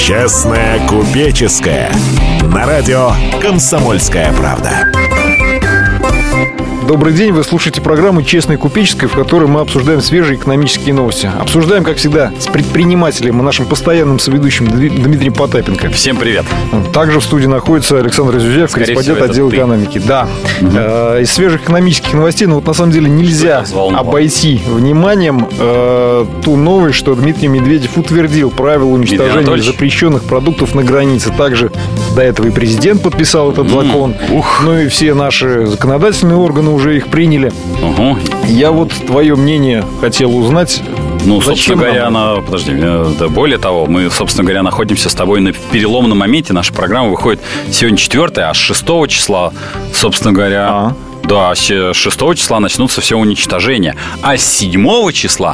Честная купеческая. На радио «Комсомольская правда». Добрый день, вы слушаете программу «Честная купеческая», в которой мы обсуждаем свежие экономические новости. Обсуждаем, как всегда, с предпринимателем и нашим постоянным соведущим Дмитрием Потапенко. Всем привет. Также в студии находится Александр Изюзяев, корреспондент отдела экономики. Да. Из свежих экономических новостей, но вот на самом деле нельзя обойти вниманием ту новость, что Дмитрий Медведев утвердил правила уничтожения запрещенных продуктов на границе. Также до этого и президент подписал этот закон. Ну и все наши законодательные органы уже их приняли. Я вот твое мнение хотел узнать. Ну, собственно говоря, более того, мы, собственно говоря, находимся с тобой на переломном моменте. Наша программа выходит сегодня 4, а с 6 числа, собственно говоря... Да, с 6 числа начнутся все уничтожения, а с 7 числа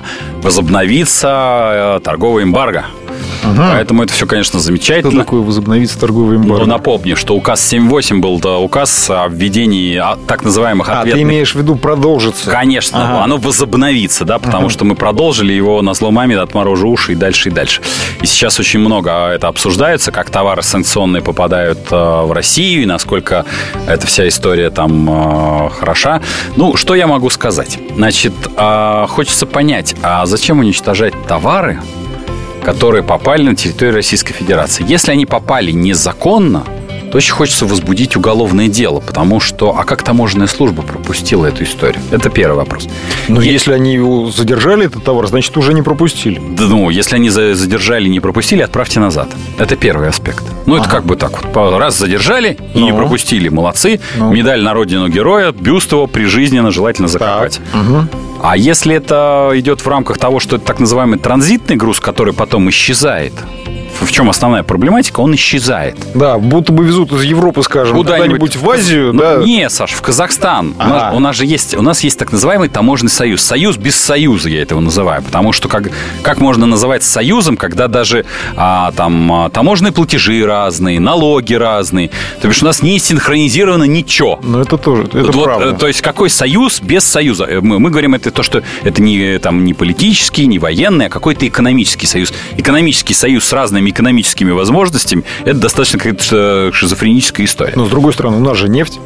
возобновится торговый эмбарго. Поэтому это все, конечно, замечательно. Что такое возобновится торговый эмбарго? Ну, напомню, что указ 7.8 был указ о введении так называемых ответных... ты имеешь в виду продолжится? Конечно, оно возобновится, да, потому что мы продолжили его назло маме, отморожу уши и дальше, и дальше. И сейчас очень много это обсуждается, как товары санкционные попадают в Россию, и насколько эта вся история там хороша. Ну, что я могу сказать? Значит, хочется понять, а зачем уничтожать товары, которые попали на территорию Российской Федерации? Если они попали незаконно, то очень хочется возбудить уголовное дело, потому что... А как таможенная служба пропустила эту историю? Это первый вопрос. Но если они его задержали, этот товар, значит, уже не пропустили. Да, ну, если они задержали и не пропустили, отправьте назад. Это первый аспект. Ну, это как бы так вот. Раз задержали и не пропустили, молодцы. Медаль на родину героя, бюст его прижизненно желательно закопать. А если это идет в рамках того, что это так называемый транзитный груз, который потом исчезает, в чем основная проблематика? Он исчезает. Да, будто бы везут из Европы, скажем, куда-нибудь в Азию. Не, Саш, в Казахстан. У нас есть так называемый таможенный союз. Союз без союза, я этого называю. Потому что как можно называть союзом, когда даже там таможенные платежи разные, налоги разные. То бишь у нас не синхронизировано ничего. Ну, это тоже, это правда. То есть какой союз без союза? Мы говорим, это то, что это не политический, не военный, а какой-то экономический союз. Экономический союз с разными экономическими возможностями, это достаточно какая-то шизофреническая история. Но с другой стороны, у нас же нефть.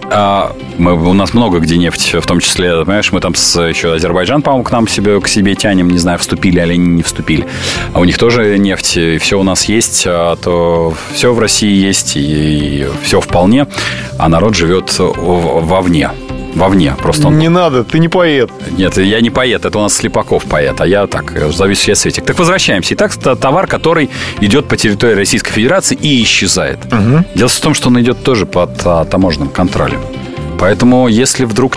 У нас много где нефть, в том числе, понимаешь, мы там еще Азербайджан, по-моему, к себе тянем, не знаю, вступили или они не вступили. А у них тоже нефть, и все у нас есть, то все в России есть, и все вполне, а народ живет вовне. Просто он... Не надо, ты не поэт. Нет, я не поэт, это у нас Слепаков поэт, а я так, зависит от светик. Так, возвращаемся. Итак, товар, который идет по территории Российской Федерации и исчезает. Дело в том, что он идет тоже под таможенным контролем. Поэтому, если вдруг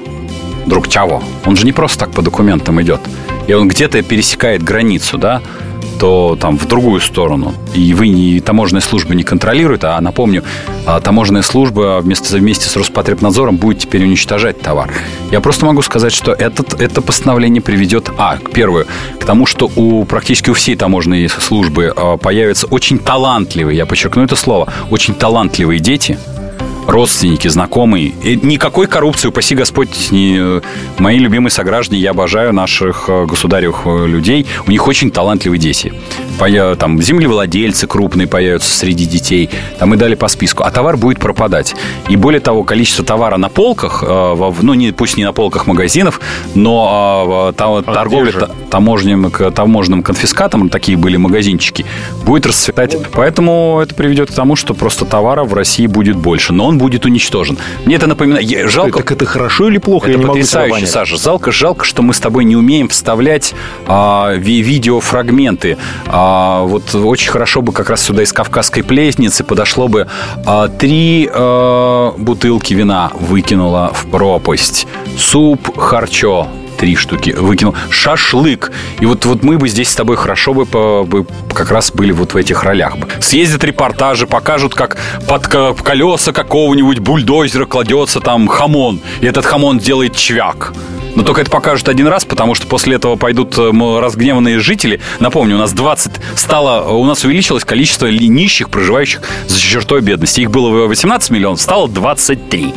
он же не просто так по документам идет, и он где-то пересекает границу, да, то там в другую сторону. И таможенная служба не контролирует, а, напомню, таможенная служба вместе с Роспотребнадзором будет теперь уничтожать товар. Я просто могу сказать, что это постановление приведет, к тому, что практически у всей таможенной службы появятся очень талантливые, я подчеркну это слово, очень талантливые дети, родственники, знакомые. И никакой коррупции, упаси Господь, мои любимые сограждане, я обожаю наших государевых людей. У них очень талантливые дети. Там землевладельцы крупные появятся среди детей. Там и далее по списку. А товар будет пропадать. И более того, количество товара на полках, пусть не на полках магазинов, но торговля таможенным конфискатом, такие были магазинчики, будет расцветать. Поэтому это приведет к тому, что просто товара в России будет больше. Но он будет уничтожен. Мне это напоминает... Жалко... Так это хорошо или плохо? Это потрясающе, Саша. Жалко, что мы с тобой не умеем вставлять видеофрагменты. Вот очень хорошо бы как раз сюда из Кавказской пленницы подошло бы 3 бутылки вина выкинула в пропасть. Суп харчо 3 штуки выкинул. Шашлык. И вот мы бы здесь с тобой хорошо бы как раз были вот в этих ролях бы. Съездят репортажи, покажут, как под колеса какого-нибудь бульдозера кладется там хамон. И этот хамон делает чвяк. Но только это покажут один раз, потому что после этого пойдут разгневанные жители. Напомню, у нас увеличилось количество нищих, проживающих за чертой бедности. Их было 18 миллионов, стало 23.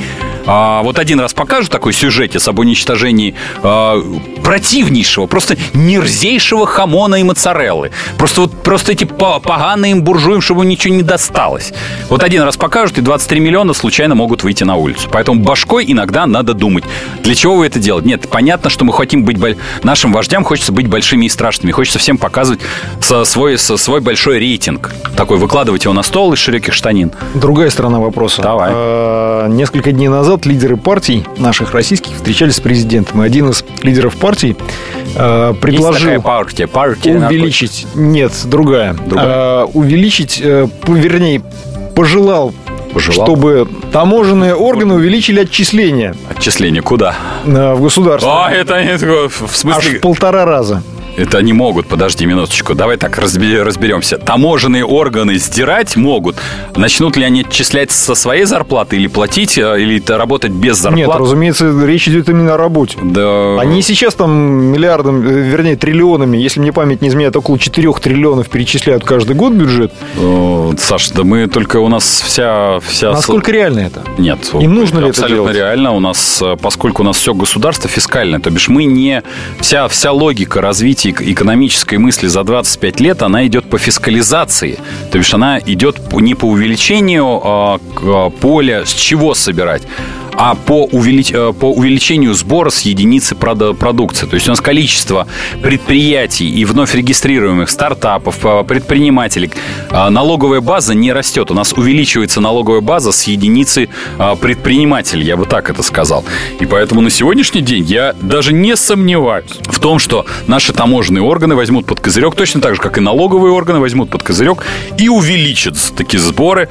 вот один раз покажут такой сюжетец об уничтожении противнейшего, просто мерзейшего хамона и моцареллы. Просто эти поганые им буржуям, чтобы им ничего не досталось. Вот один раз покажут, и 23 миллиона случайно могут выйти на улицу. Поэтому башкой иногда надо думать. Для чего вы это делаете? Нет, понятно, что мы хотим быть... Нашим вождям хочется быть большими и страшными. Хочется всем показывать свой большой рейтинг. Такой, выкладывать его на стол из широких штанин. Другая сторона вопроса. Давай. Несколько дней назад лидеры партий наших российских встречались с президентом. И один из лидеров партий предложил... Есть такая партия увеличить... Нет, другая. Увеличить, вернее, пожелал, чтобы таможенные органы увеличили отчисления. Отчисления куда? В государство. Это в смысле... Аж в 1,5 раза. Это они могут, подожди минуточку. Давай так разберемся. Таможенные органы сдирать могут. Начнут ли они отчислять со своей зарплаты или платить, или работать без зарплаты? Нет, разумеется, речь идет именно о работе. Да. Они сейчас там миллиардами, вернее, триллионами, если мне память не изменяет, около 4 триллионов перечисляют каждый год бюджет. Саш, да мы только у нас вся... Насколько реально это? Нет. И нужно ли это делать? Абсолютно реально. У нас, поскольку у нас все государство фискальное, то бишь мы не... Вся логика развития экономической мысли за 25 лет, она идет по фискализации. То бишь она идет не по увеличению поля, с чего собирать, а по увеличению сбора с единицы продукции. То есть у нас количество предприятий и вновь регистрируемых стартапов, предпринимателей, налоговая база не растет. У нас увеличивается налоговая база с единицы предпринимателей, я бы так это сказал. И поэтому на сегодняшний день я даже не сомневаюсь в том, что наши таможенные органы возьмут под козырек, точно так же, как и налоговые органы возьмут под козырек и увеличат такие сборы.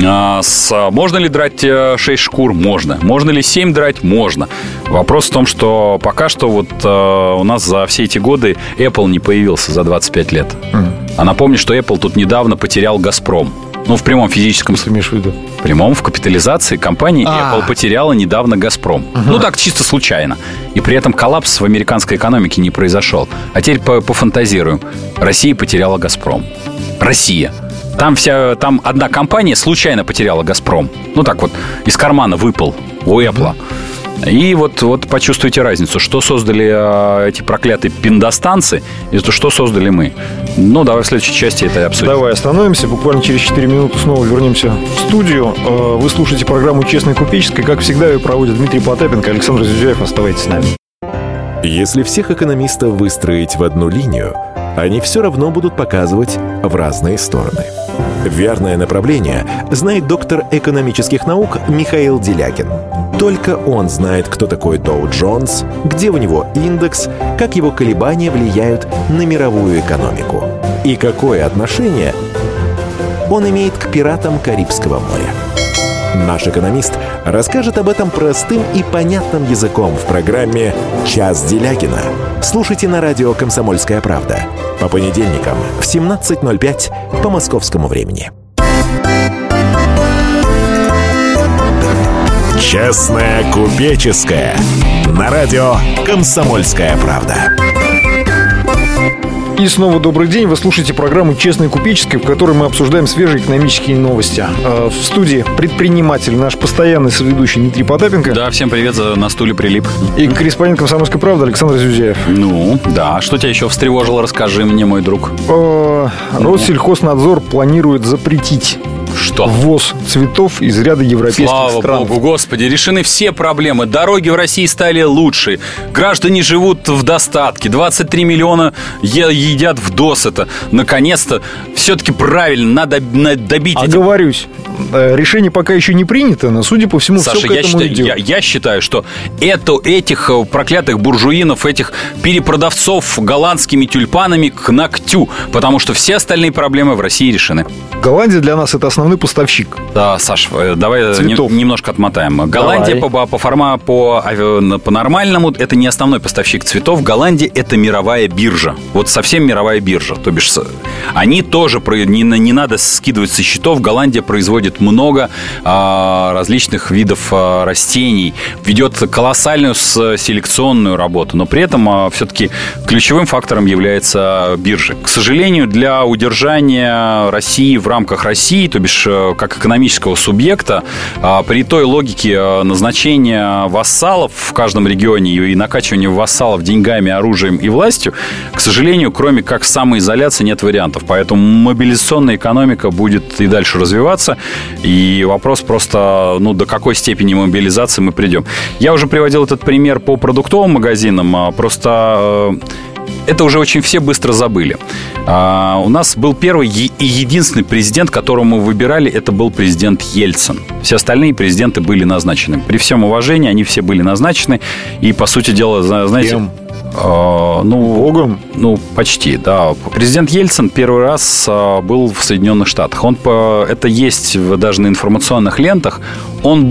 Можно ли драть 6 шкур? Можно. Можно ли 7 драть? Можно. Вопрос в том, что пока что у нас за все эти годы Apple не появился за 25 лет. А напомню, что Apple тут недавно потерял «Газпром». В прямом физическом... Что ты имеешь в виду? В прямом, в капитализации компании Apple потеряла недавно «Газпром». Так, чисто случайно. И при этом коллапс в американской экономике не произошел. А теперь пофантазируем. Россия потеряла «Газпром». Россия. Там одна компания случайно потеряла «Газпром». Из кармана выпал у Apple. И вот почувствуйте разницу. Что создали эти проклятые пиндостанцы, и что создали мы. Давай в следующей части это и обсудим. Давай остановимся. Буквально через 4 минуты снова вернемся в студию. Вы слушаете программу «Честная купеческая». Как всегда, ее проводят Дмитрий Потапенко, Александр Зюзяев. Оставайтесь с нами. Если всех экономистов выстроить в одну линию, они все равно будут показывать в разные стороны. Верное направление знает доктор экономических наук Михаил Делякин. Только он знает, кто такой Доу Джонс, где у него индекс, как его колебания влияют на мировую экономику и какое отношение он имеет к пиратам Карибского моря. Наш экономист расскажет об этом простым и понятным языком в программе «Час Делякина». Слушайте на радио «Комсомольская правда» по понедельникам в 17:05 по московскому времени. Честная купеческая на радио «Комсомольская правда». И снова добрый день. Вы слушаете программу «Честная купеческая», в которой мы обсуждаем свежие экономические новости. В студии предприниматель, наш постоянный соведущий Дмитрий Потапенко. Да, всем привет, на стуле прилип. И корреспондент «Комсомольской правды» Александр Зюзяев. Да. Что тебя еще встревожило, расскажи мне, мой друг. Россельхознадзор планирует запретить ввоз цветов из ряда европейских стран. Слава богу, Господи, решены все проблемы. Дороги в России стали лучше. Граждане живут в достатке. 23 миллиона едят вдосыта. Наконец-то, все-таки правильно, надо добить... Оговорюсь. Решение пока еще не принято, но, судя по всему, Саша, все к этому идет. Я считаю, что этих проклятых буржуинов, этих перепродавцов голландскими тюльпанами к ногтю, потому что все остальные проблемы в России решены. Голландия для нас — это основной поставщик. Да, Саш, давай немножко отмотаем. Голландия по нормальному это не основной поставщик цветов. Голландия — это мировая биржа. Вот совсем мировая биржа. То бишь, они тоже, не надо скидывать со счетов. Голландия производит много различных видов растений, ведет колоссальную селекционную работу, но при этом все-таки ключевым фактором является биржа. К сожалению, для удержания России в рамках России, то бишь как экономического субъекта, при той логике назначения вассалов в каждом регионе и накачивания вассалов деньгами, оружием и властью, к сожалению, кроме как самоизоляции, нет вариантов. Поэтому мобилизационная экономика будет и дальше развиваться. И вопрос просто, до какой степени мобилизации мы придем. Я уже приводил этот пример по продуктовым магазинам. Просто это уже очень все быстро забыли. У нас был первый и единственный президент, которого мы выбирали, это был президент Ельцин. Все остальные президенты были назначены. При всем уважении, они все были назначены. И, по сути дела, знаете... Богом? Почти, да. Президент Ельцин первый раз был в Соединенных Штатах. Это есть даже на информационных лентах. Он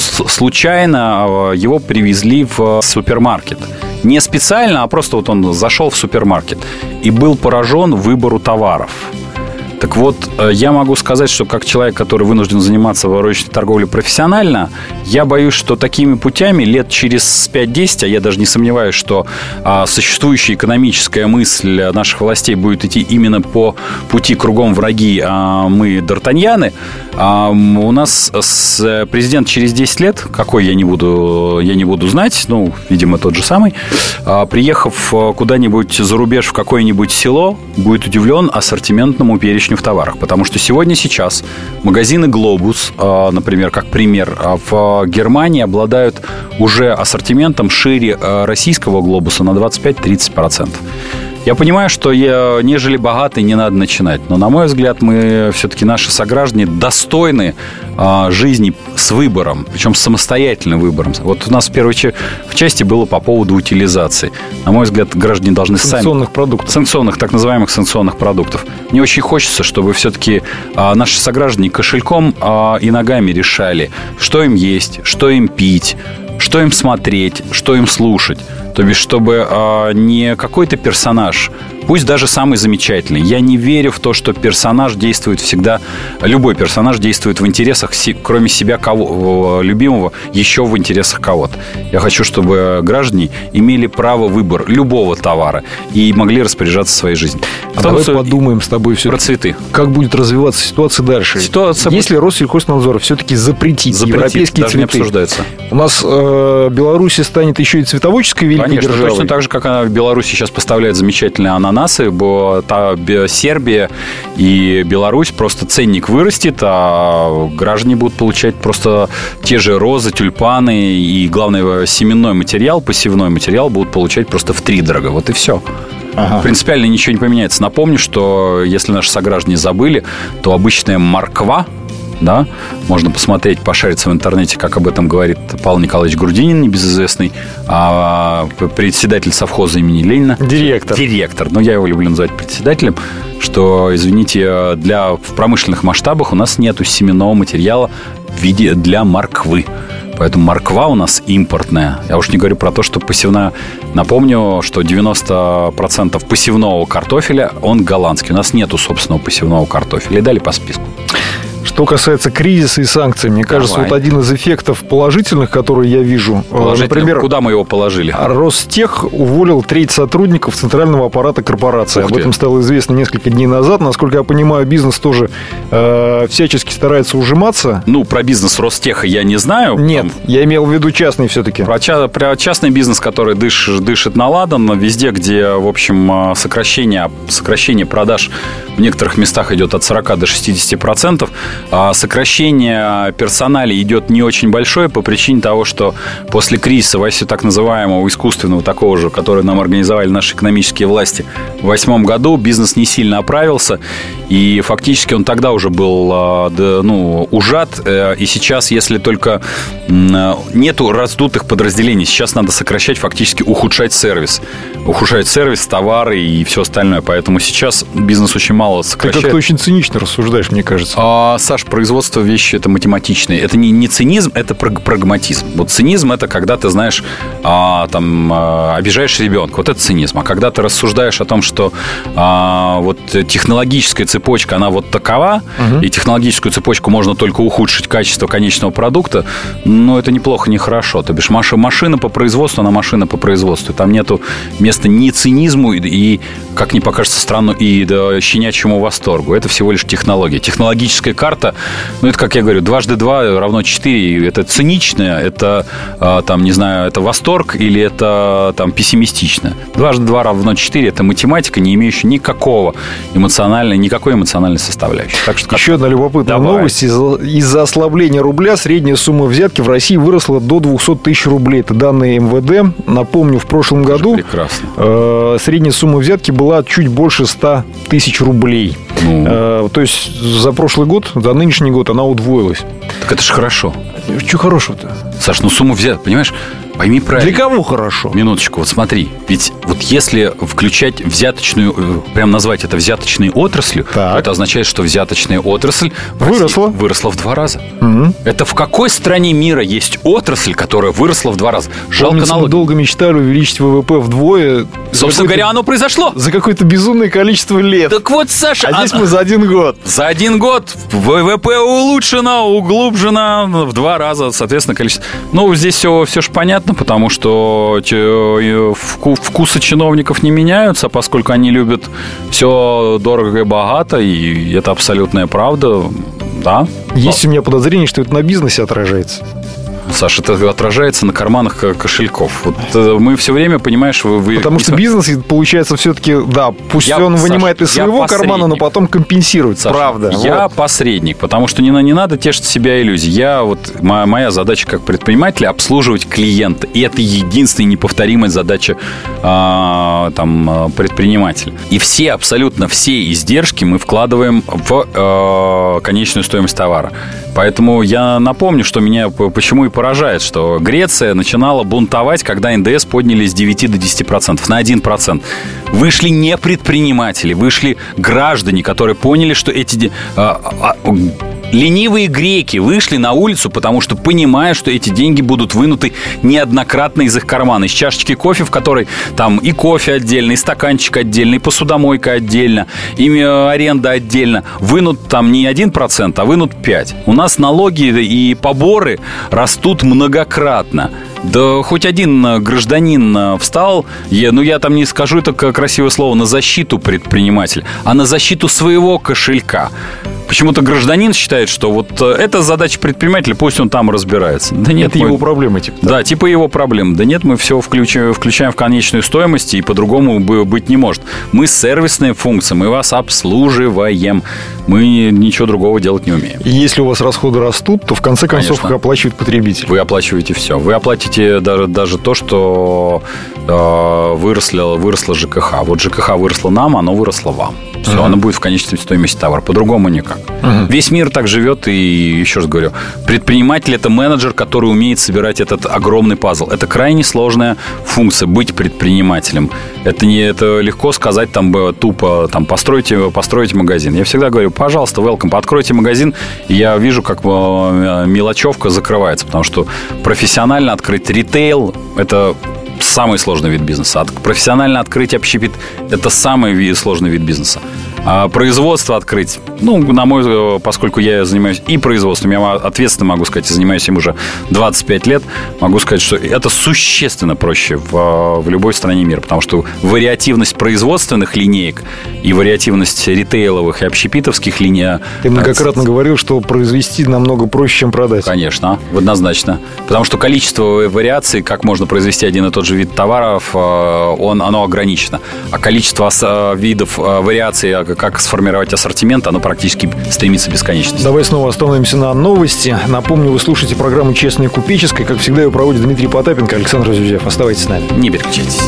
случайно, его привезли в супермаркет. Не специально, а просто он зашел в супермаркет и был поражен выбору товаров. Так вот, я могу сказать, что как человек, который вынужден заниматься розничной торговлей профессионально, я боюсь, что такими путями лет через 5-10, а я даже не сомневаюсь, что существующая экономическая мысль наших властей будет идти именно по пути кругом враги, а мы д'Артаньяны, у нас президент через 10 лет, какой я не буду знать, видимо, тот же самый, приехав куда-нибудь за рубеж в какое-нибудь село, будет удивлен ассортиментному перечню в товарах. Потому что сейчас магазины «Глобус», например, как пример, в Германии обладают уже ассортиментом шире российского «Глобуса» на 25-30%. Я понимаю, что нежели богатый, не надо начинать. Но, на мой взгляд, мы все-таки, наши сограждане, достойны жизни с выбором, причем с самостоятельным выбором. Вот у нас в первой части было по поводу утилизации. На мой взгляд, граждане должны санкционных продуктов. Так называемых санкционных продуктов. Мне очень хочется, чтобы все-таки наши сограждане кошельком и ногами решали, что им есть, что им пить, что им смотреть, что им слушать. То бишь, чтобы не какой-то персонаж, пусть даже самый замечательный. Я не верю в то, что персонаж действует всегда, любой персонаж действует в интересах, кроме себя любимого, еще в интересах кого-то. Я хочу, чтобы граждане имели право выбора любого товара и могли распоряжаться своей жизнью. Давай подумаем с тобой все про цветы. Как будет развиваться ситуация дальше. Если Россельхознадзор все-таки запретит европейские даже цветы, не обсуждается. У нас Беларусь станет еще и цветоводческой великой державой. Точно так же, как она в Беларуси сейчас поставляет замечательные ананасы, Сербия и Беларусь, просто ценник вырастет, а граждане будут получать просто те же розы, тюльпаны и, главное, семенной материал, посевной материал будут получать просто втридорога. Вот и все. Ага. Принципиально ничего не поменяется. Напомню, что если наши сограждане забыли, то обычная морква, да, можно посмотреть, пошариться в интернете, как об этом говорит Павел Николаевич Грудинин, небезызвестный председатель совхоза имени Ленина. Директор. Но я его люблю называть председателем, что, извините, в промышленных масштабах у нас нету семенного материала в виде для морквы. Поэтому морква у нас импортная. Я уж не говорю про то, что посевная. Напомню, что 90% посевного картофеля, он голландский. У нас нету собственного посевного картофеля. И далее по списку. Что касается кризиса и санкций, мне кажется, вот один из эффектов положительных, которые я вижу, например, куда мы его положили? Ростех уволил треть сотрудников центрального аппарата корпорации. Об этом стало известно несколько дней назад. Насколько я понимаю, бизнес тоже всячески старается ужиматься. Про бизнес Ростеха я не знаю. Нет, я имел в виду частный все-таки. Про частный бизнес, который дышит на ладан, везде, где, в общем, сокращение продаж в некоторых местах идет от 40 до 60%. Сокращение персонала идет не очень большое по причине того, что после кризиса, так называемого искусственного, такого же, который нам организовали наши экономические власти в 2008 году, бизнес не сильно оправился, и фактически он тогда уже был ужат, и сейчас, если только нету раздутых подразделений, сейчас надо сокращать, фактически ухудшать сервис, товары и все остальное, поэтому сейчас бизнес очень мало сокращает. Ты как-то очень цинично рассуждаешь, мне кажется. Саш, производство вещи это математичные. Это не цинизм, это прагматизм. Вот цинизм это когда ты знаешь, обижаешь ребенка. Вот это цинизм. А когда ты рассуждаешь о том, что технологическая цепочка, она вот такова, и технологическую цепочку можно только ухудшить качество конечного продукта, это неплохо, не хорошо. То бишь машина по производству, она машина по производству. Там нету места ни цинизму и, как ни покажется странно, и щенячьему восторгу. Это всего лишь технология. Технологическая карта карта, это, как я говорю, 2 × 2 равно 4. Это циничное, это, там, не знаю, это восторг или это там пессимистично. 2 × 2 равно 4. Это математика, не имеющая никакой эмоциональной составляющей. Так что еще одна любопытная новость. Из-за ослабления рубля средняя сумма взятки в России выросла до 200 тысяч рублей. Это данные МВД. Напомню, в прошлом году средняя сумма взятки была чуть больше 100 тысяч рублей. То есть за прошлый год, за нынешний год она удвоилась. Так это же хорошо. Что хорошего-то? Саш, сумму взятки, понимаешь? Пойми правильно. Для кого хорошо? Минуточку, вот смотри. Ведь вот если включать взяточную, прям назвать это взяточной отраслью, это означает, что взяточная отрасль выросла в 2 раза. Это в какой стране мира есть отрасль, которая выросла в 2 раза? Жалко налоги. Мы долго мечтали увеличить ВВП вдвое. Собственно говоря, оно произошло. За какое-то безумное количество лет. Так вот, Саша... А здесь мы за 1 год. За 1 год ВВП углублено в 2 раза, соответственно, количество... Здесь все же понятно, потому что вкусы чиновников не меняются, поскольку они любят все дорого и богато, и это абсолютная правда, да. Есть у меня подозрение, что это на бизнесе отражается. Саша, это отражается на карманах кошельков. Вот мы все время, понимаешь... Потому что бизнес, получается, все-таки, да, пусть он вынимает из своего кармана, но потом компенсирует, Саша, правда. Я посредник, потому что не надо тешить себя иллюзий. Моя задача как предпринимателя — обслуживать клиента. И это единственная неповторимая задача предпринимателя. И абсолютно все издержки мы вкладываем в конечную стоимость товара. Поэтому я напомню, что меня почему и поражает, что Греция начинала бунтовать, когда НДС подняли с 9 до 10%, на 1%. Вышли не предприниматели, вышли граждане, которые поняли, что эти... Ленивые греки вышли на улицу, потому что понимают, что эти деньги будут вынуты неоднократно из их кармана. Из чашечки кофе, в которой там и кофе отдельно, и стаканчик отдельно, и посудомойка отдельно, и аренда отдельно. Вынут там не 1%, а вынут 5%. У нас налоги и поборы растут многократно. Да хоть один гражданин встал, я там не скажу это красивое слово, на защиту предпринимателя, а на защиту своего кошелька. Почему-то гражданин считает, что вот это задача предпринимателя, пусть он там разбирается. Да нет, это его проблемы, типа. Да, типа его проблемы. Да нет, мы все включаем в конечную стоимость, и по-другому быть не может. Мы сервисная функция, мы вас обслуживаем. Мы ничего другого делать не умеем. И если у вас расходы растут, то в конце концов их оплачивает потребитель. Вы оплачиваете все. Вы оплатите даже то, что выросло ЖКХ. Вот ЖКХ выросло нам, оно выросло вам. Все, оно будет в конечной стоимости товара. По-другому никак. Весь мир так живет, и еще раз говорю, предприниматель — это менеджер, который умеет собирать этот огромный пазл. Это крайне сложная функция — быть предпринимателем. Это легко сказать тупо, постройте магазин. Я всегда говорю, пожалуйста, welcome, откройте магазин, и я вижу, как мелочевка закрывается, потому что профессионально открыть ритейл — это самый сложный вид бизнеса. Профессионально открыть общепит — это самый сложный вид бизнеса. А производство открыть, поскольку я занимаюсь и производством, я ответственно могу сказать, я занимаюсь им уже 25 лет, могу сказать, что это существенно проще в любой стране мира, потому что вариативность производственных линеек и вариативность ритейловых и общепитовских линий... Ты многократно говорил, что произвести намного проще, чем продать. Конечно, однозначно. Потому что количество вариаций, как можно произвести один и тот же вид товаров, оно ограничено. А количество видов вариаций, как сформировать ассортимент, оно практически стремится к бесконечности. Давай снова остановимся на новости. Напомню, вы слушаете программу «Честная купеческая». Как всегда, ее проводит Дмитрий Потапенко, Александр Зюзяев. Оставайтесь с нами. Не переключайтесь.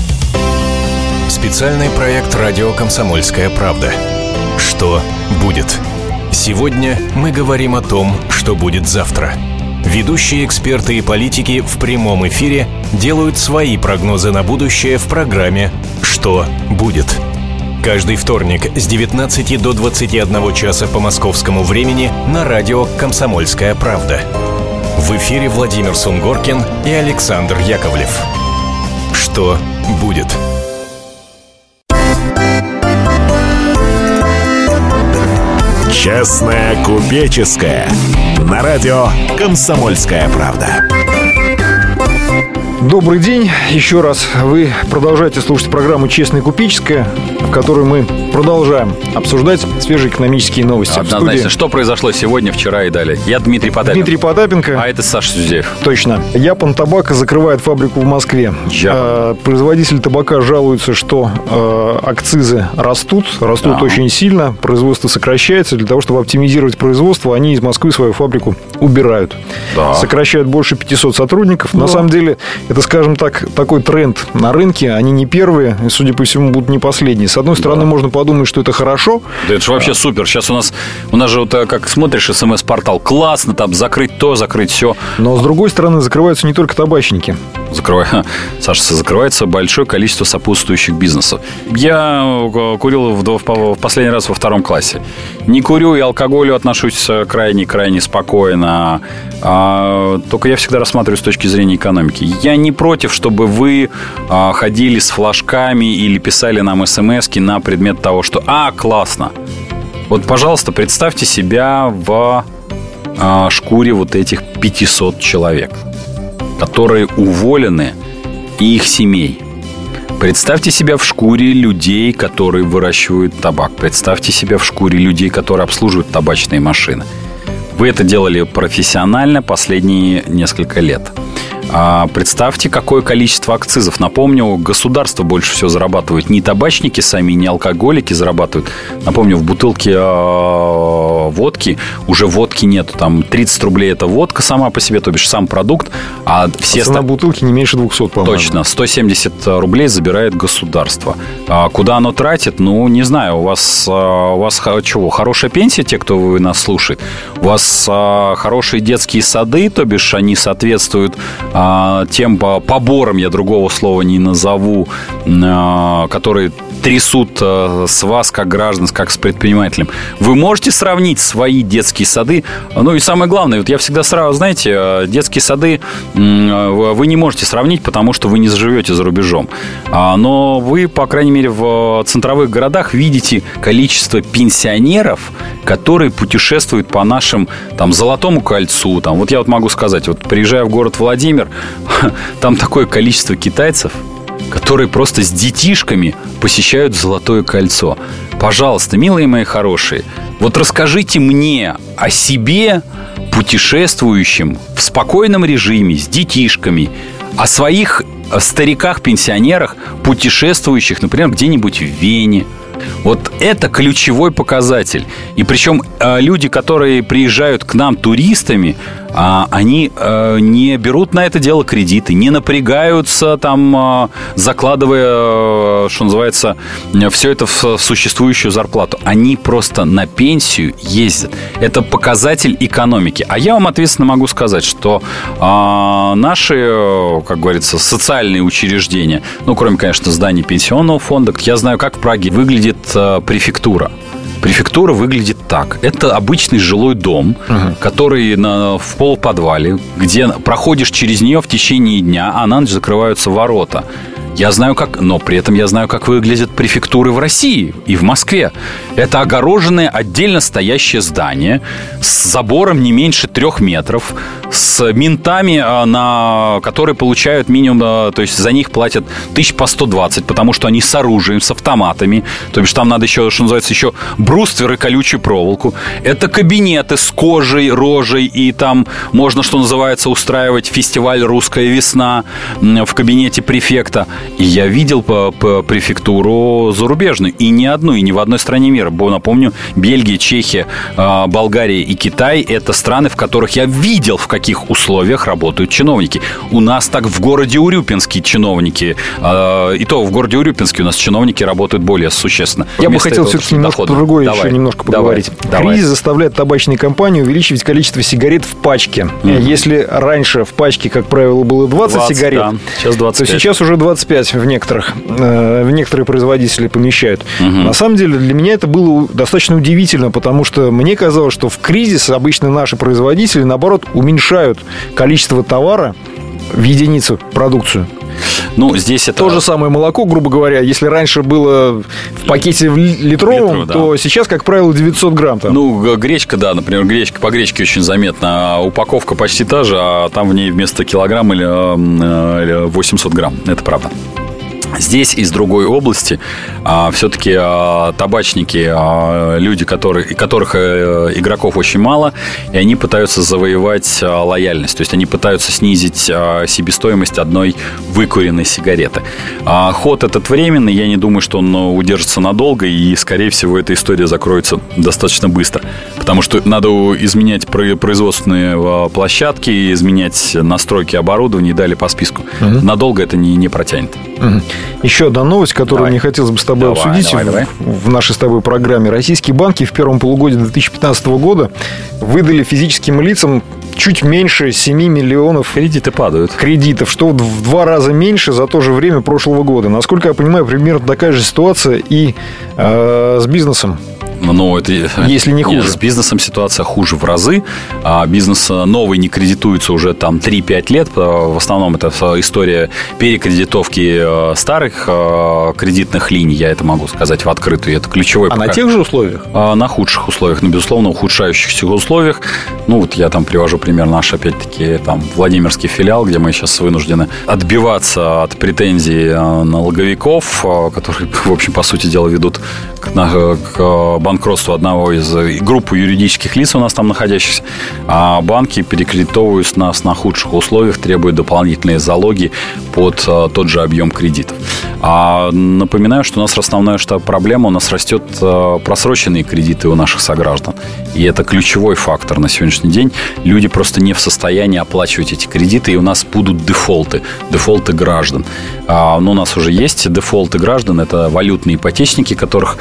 Специальный проект «Радио Комсомольская правда». Что будет? Сегодня мы говорим о том, что будет завтра. Ведущие эксперты и политики в прямом эфире делают свои прогнозы на будущее в программе «Что будет?». Каждый вторник с 19 до 21 часа по московскому времени на радио «Комсомольская правда». В эфире Владимир Сунгоркин и Александр Яковлев. Что будет? Честная купеческая. На радио «Комсомольская правда». Добрый день. Еще раз вы продолжаете слушать программу «Честная купеческая», в которой мы продолжаем обсуждать свежие экономические новости. Однозначно. Что произошло сегодня, вчера и далее? Я Дмитрий Потапенко. Дмитрий Потапенко. А это Саша Сюзеев. Точно. Япон Табако закрывает фабрику в Москве. Производители табака жалуются, что акцизы растут очень сильно, производство сокращается. Для того, чтобы оптимизировать производство, они из Москвы свою фабрику убирают. Да. Сокращают больше 500 сотрудников. Да. На самом деле, это, скажем так, такой тренд на рынке. Они не первые, и, судя по всему, будут не последние. С одной стороны, можно подумать, что это хорошо. Да это же вообще супер. Сейчас у нас же, вот, как смотришь, СМС-портал, классно, там закрыть то, закрыть все. Но, с другой стороны, закрываются не только табачники. Саша, закрывается большое количество сопутствующих бизнесов. Я курил в последний раз во 2 классе. Не курю и к алкоголю отношусь крайне спокойно. Только я всегда рассматриваю с точки зрения экономики. Я не против, чтобы вы ходили с флажками или писали нам смски на предмет того, что классно. Вот, пожалуйста, представьте себя в шкуре вот этих 500 человек, которые уволены, и их семей. Представьте себя в шкуре людей, которые выращивают табак. Представьте себя в шкуре людей, которые обслуживают табачные машины. Вы это делали профессионально последние несколько лет. Представьте, какое количество акцизов. Напомню, государство больше всего зарабатывает. Не табачники сами, не алкоголики зарабатывают. Напомню, в бутылке водки уже водки нету. Там 30 рублей это водка сама по себе, то бишь сам продукт. Цена бутылки не меньше 200, по-моему. Точно, 170 рублей забирает государство. Куда оно тратит? Не знаю. У вас чего, хорошая пенсия, те, кто вы нас слушает? У вас хорошие детские сады, то бишь они соответствуют тем поборам, я другого слова не назову, которые трясут с вас, как граждан, как с предпринимателем. Вы можете сравнить свои детские сады? И самое главное, вот я всегда сразу, знаете, детские сады вы не можете сравнить, потому что вы не живете за рубежом. Но вы, по крайней мере, в центровых городах видите количество пенсионеров, которые путешествуют по нашим Золотому кольцу. Вот я могу сказать, приезжая в город Владимир, там такое количество китайцев, которые просто с детишками посещают Золотое кольцо. Пожалуйста, милые мои хорошие, расскажите мне о себе, путешествующим в спокойном режиме, с детишками, о своих стариках-пенсионерах, путешествующих, например, где-нибудь в Вене. Это ключевой показатель. И причем люди, которые приезжают к нам туристами, они не берут на это дело кредиты, не напрягаются, закладывая, что называется, все это в существующую зарплату. Они просто на пенсию ездят. Это показатель экономики. А я вам ответственно могу сказать, что наши, как говорится, социальные учреждения, кроме, конечно, зданий пенсионного фонда, я знаю, как в Праге выглядит префектура. Префектура выглядит так. Это обычный жилой дом, который в полуподвале, где проходишь через нее в течение дня, а на ночь закрываются ворота. Я знаю, но при этом я знаю, как выглядят префектуры в России и в Москве. Это огороженное отдельно стоящее здание с забором не меньше 3 метров, с ментами, которые получают минимум, то есть за них платят 1120, потому что они с оружием, с автоматами. То бишь там надо еще, что называется, еще бруствер и колючую проволоку. Это кабинеты с кожей, рожей, и там можно, что называется, устраивать фестиваль «Русская весна» в кабинете префекта. И я видел префектуру зарубежную. И не одну, и не в одной стране мира. Напомню, Бельгия, Чехия, Болгария и Китай – это страны, в которых я видел, в каких условиях работают чиновники. У нас так в городе Урюпинске чиновники, и то в городе Урюпинске у нас чиновники работают более существенно. Я бы хотел все-таки немножко другое еще немножко поговорить. Кризис заставляет табачные компании увеличивать количество сигарет в пачке. Если раньше в пачке, как правило, было 20 сигарет, да. Сейчас 25. То сейчас уже 25 в некоторые производители помещают. На самом деле для меня это было достаточно удивительно, потому что мне казалось, что в кризис обычно наши производители, наоборот, уменьшают количество товара в единицу продукцию. Ну, здесь это... То же самое молоко, грубо говоря, если раньше было в пакете литровом, то сейчас, как правило, 900 грамм. Там. Ну, гречка, да, например, по гречке очень заметно. Упаковка почти та же, а там в ней вместо килограмма или 800 грамм. Это правда. Здесь из другой области все-таки табачники, люди, которых игроков очень мало, и они пытаются завоевать лояльность. То есть они пытаются снизить себестоимость одной выкуренной сигареты. Ход этот временный, я не думаю, что он удержится надолго, и, скорее всего, эта история закроется достаточно быстро. Потому что надо изменять производственные площадки, изменять настройки оборудования и далее по списку. Надолго это не протянет. Еще одна новость, которую мне хотелось бы с тобой обсудить в нашей с тобой программе. Российские банки в первом полугодии 2015 года выдали физическим лицам чуть меньше 7 миллионов кредиты падают. Кредитов, что в 2 раза меньше за то же время прошлого года. Насколько я понимаю, примерно такая же ситуация и с бизнесом. Ну, это, если не хуже. Нет, с бизнесом ситуация хуже в разы. Бизнес новый не кредитуется уже там 3-5 лет. В основном это история перекредитовки старых кредитных линий. Я это могу сказать в открытую. Это ключевой на тех же условиях? На худших условиях. Но, безусловно, ухудшающихся условиях. Ну, вот я там привожу пример наш, опять-таки, там, Владимирский филиал, где мы сейчас вынуждены отбиваться от претензий налоговиков, которые, в общем, по сути дела, ведут к банкротству одного из группы юридических лиц у нас там находящихся, а банки перекредитовывают нас на худших условиях, требуют дополнительные залоги под тот же объем кредитов. Напоминаю, что у нас основная проблема, у нас растет просроченные кредиты у наших сограждан. И это ключевой фактор на сегодняшний день. Люди просто не в состоянии оплачивать эти кредиты, и у нас будут дефолты граждан. Но у нас уже есть дефолты граждан, это валютные ипотечники, которых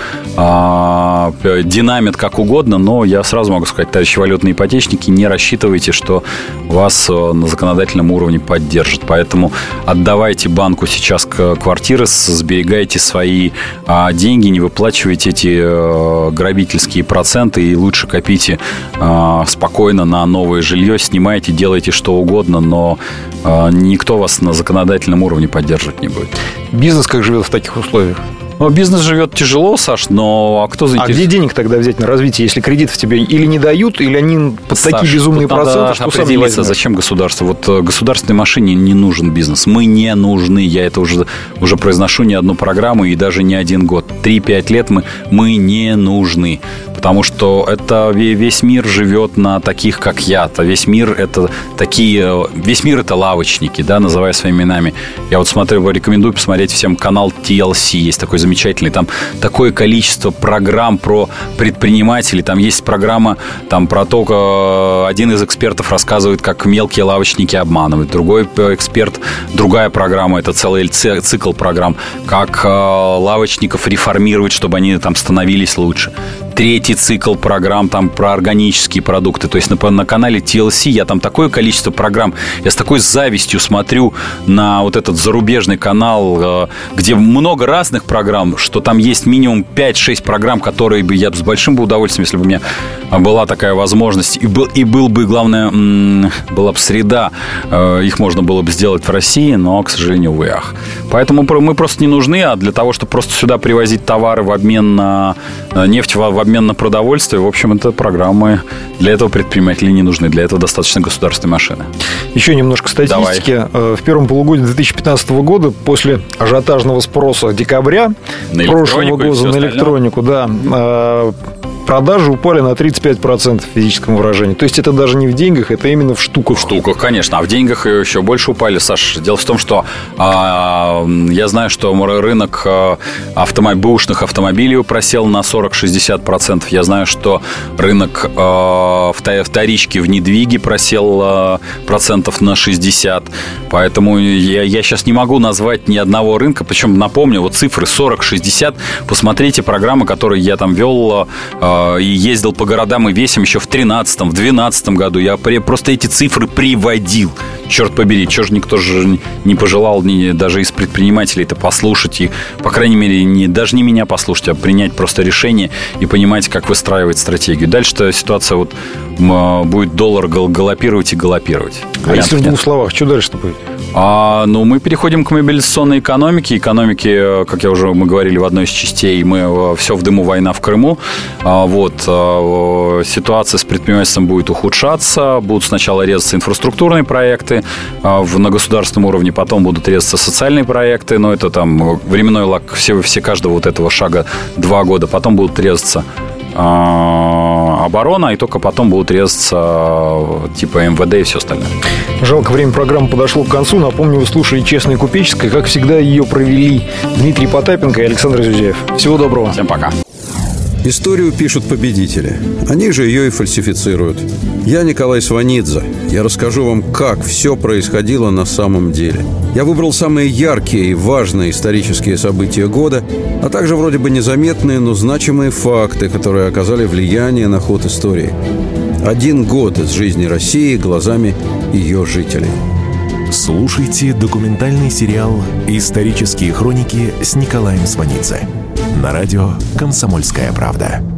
динамит как угодно, но я сразу могу сказать, товарищи валютные ипотечники, не рассчитывайте, что вас на законодательном уровне поддержат. Поэтому отдавайте банку сейчас квартиры, сберегайте свои деньги, не выплачивайте эти грабительские проценты и лучше копите спокойно на новое жилье, снимайте, делайте что угодно, но никто вас на законодательном уровне поддерживать не будет. Бизнес как живет в таких условиях? Бизнес живет тяжело, Саш, но кто заинтересован? А где денег тогда взять на развитие, если кредитов тебе или не дают, или они под такие безумные проценты, что сам не возьмешь? Зачем государство? Вот государственной машине не нужен бизнес. Мы не нужны. Я это уже произношу не одну программу и даже не один год. 3-5 лет мы не нужны. Потому что это весь мир живет на таких, как я-то. Весь мир это лавочники, да, называя своими именами. Я вот рекомендую посмотреть всем канал TLC. Есть такой замечательный. Там такое количество программ про предпринимателей. Там есть программа про то, как один из экспертов рассказывает, как мелкие лавочники обманывают. Другой эксперт, другая программа, это целый цикл программ, как лавочников реформировать, чтобы они там становились лучше. Третий цикл программ про органические продукты. То есть на канале TLC я там такое количество программ. Я с такой завистью смотрю на вот этот зарубежный канал, где много разных программ, что там есть минимум 5-6 программ, которые бы я с большим удовольствием, если бы у меня была такая возможность, и был бы, главное, была бы среда, их можно было бы сделать в России, но, к сожалению, увы, ах. Поэтому мы просто не нужны, а для того, чтобы просто сюда привозить товары в обмен на нефть, в обмен на продовольствие, в общем, это программы для этого предприниматели не нужны. Для этого достаточно государственной машины. Еще немножко статистики. Давай. В первом полугодии 2015 года, после ажиотажного спроса декабря прошлого года на электронику, да, продажи упали на 35% в физическом выражении. То есть это даже не в деньгах, это именно в штуках. В штуках, конечно. А в деньгах еще больше упали, Саш. Дело в том, что я знаю, что рынок бэушных автомобилей просел на 40-60%. Я знаю, что рынок вторички в недвиге просел процентов на 60%. Поэтому я сейчас не могу назвать ни одного рынка. Причем, напомню, вот цифры 40-60. Посмотрите программы, которые я там вел и ездил по городам и весям еще в 2013-2012 году. Я просто эти цифры приводил. черт побери, чего же никто же не пожелал даже из предпринимателей это послушать и, по крайней мере, даже не меня послушать, а принять просто решение и понимать, как выстраивать стратегию. Дальше ситуация будет доллар галопировать и галопировать. А если в 2 словах, что дальше-то будет? Мы переходим к мобилизационной экономике. Как мы говорили в одной из частей, все в дыму, война в Крыму. Ситуация с предпринимательством будет ухудшаться. Будут сначала резаться инфраструктурные проекты на государственном уровне, потом будут резаться социальные проекты. Но это временной лаг все каждого этого шага 2 года. Потом будут резаться оборона, и только потом будут резаться типа МВД и все остальное. Жалко, время программы подошло к концу. Напомню, вы слушали «Честное купеческое». Как всегда, ее провели Дмитрий Потапенко и Александр Зюзяев. Всего доброго. Всем пока. Историю пишут победители. Они же ее и фальсифицируют. Я Николай Сванидзе. Я расскажу вам, как все происходило на самом деле. Я выбрал самые яркие и важные исторические события года, а также вроде бы незаметные, но значимые факты, которые оказали влияние на ход истории. 1 год из жизни России глазами ее жителей. Слушайте документальный сериал «Исторические хроники» с Николаем Сванидзе на радио «Комсомольская правда».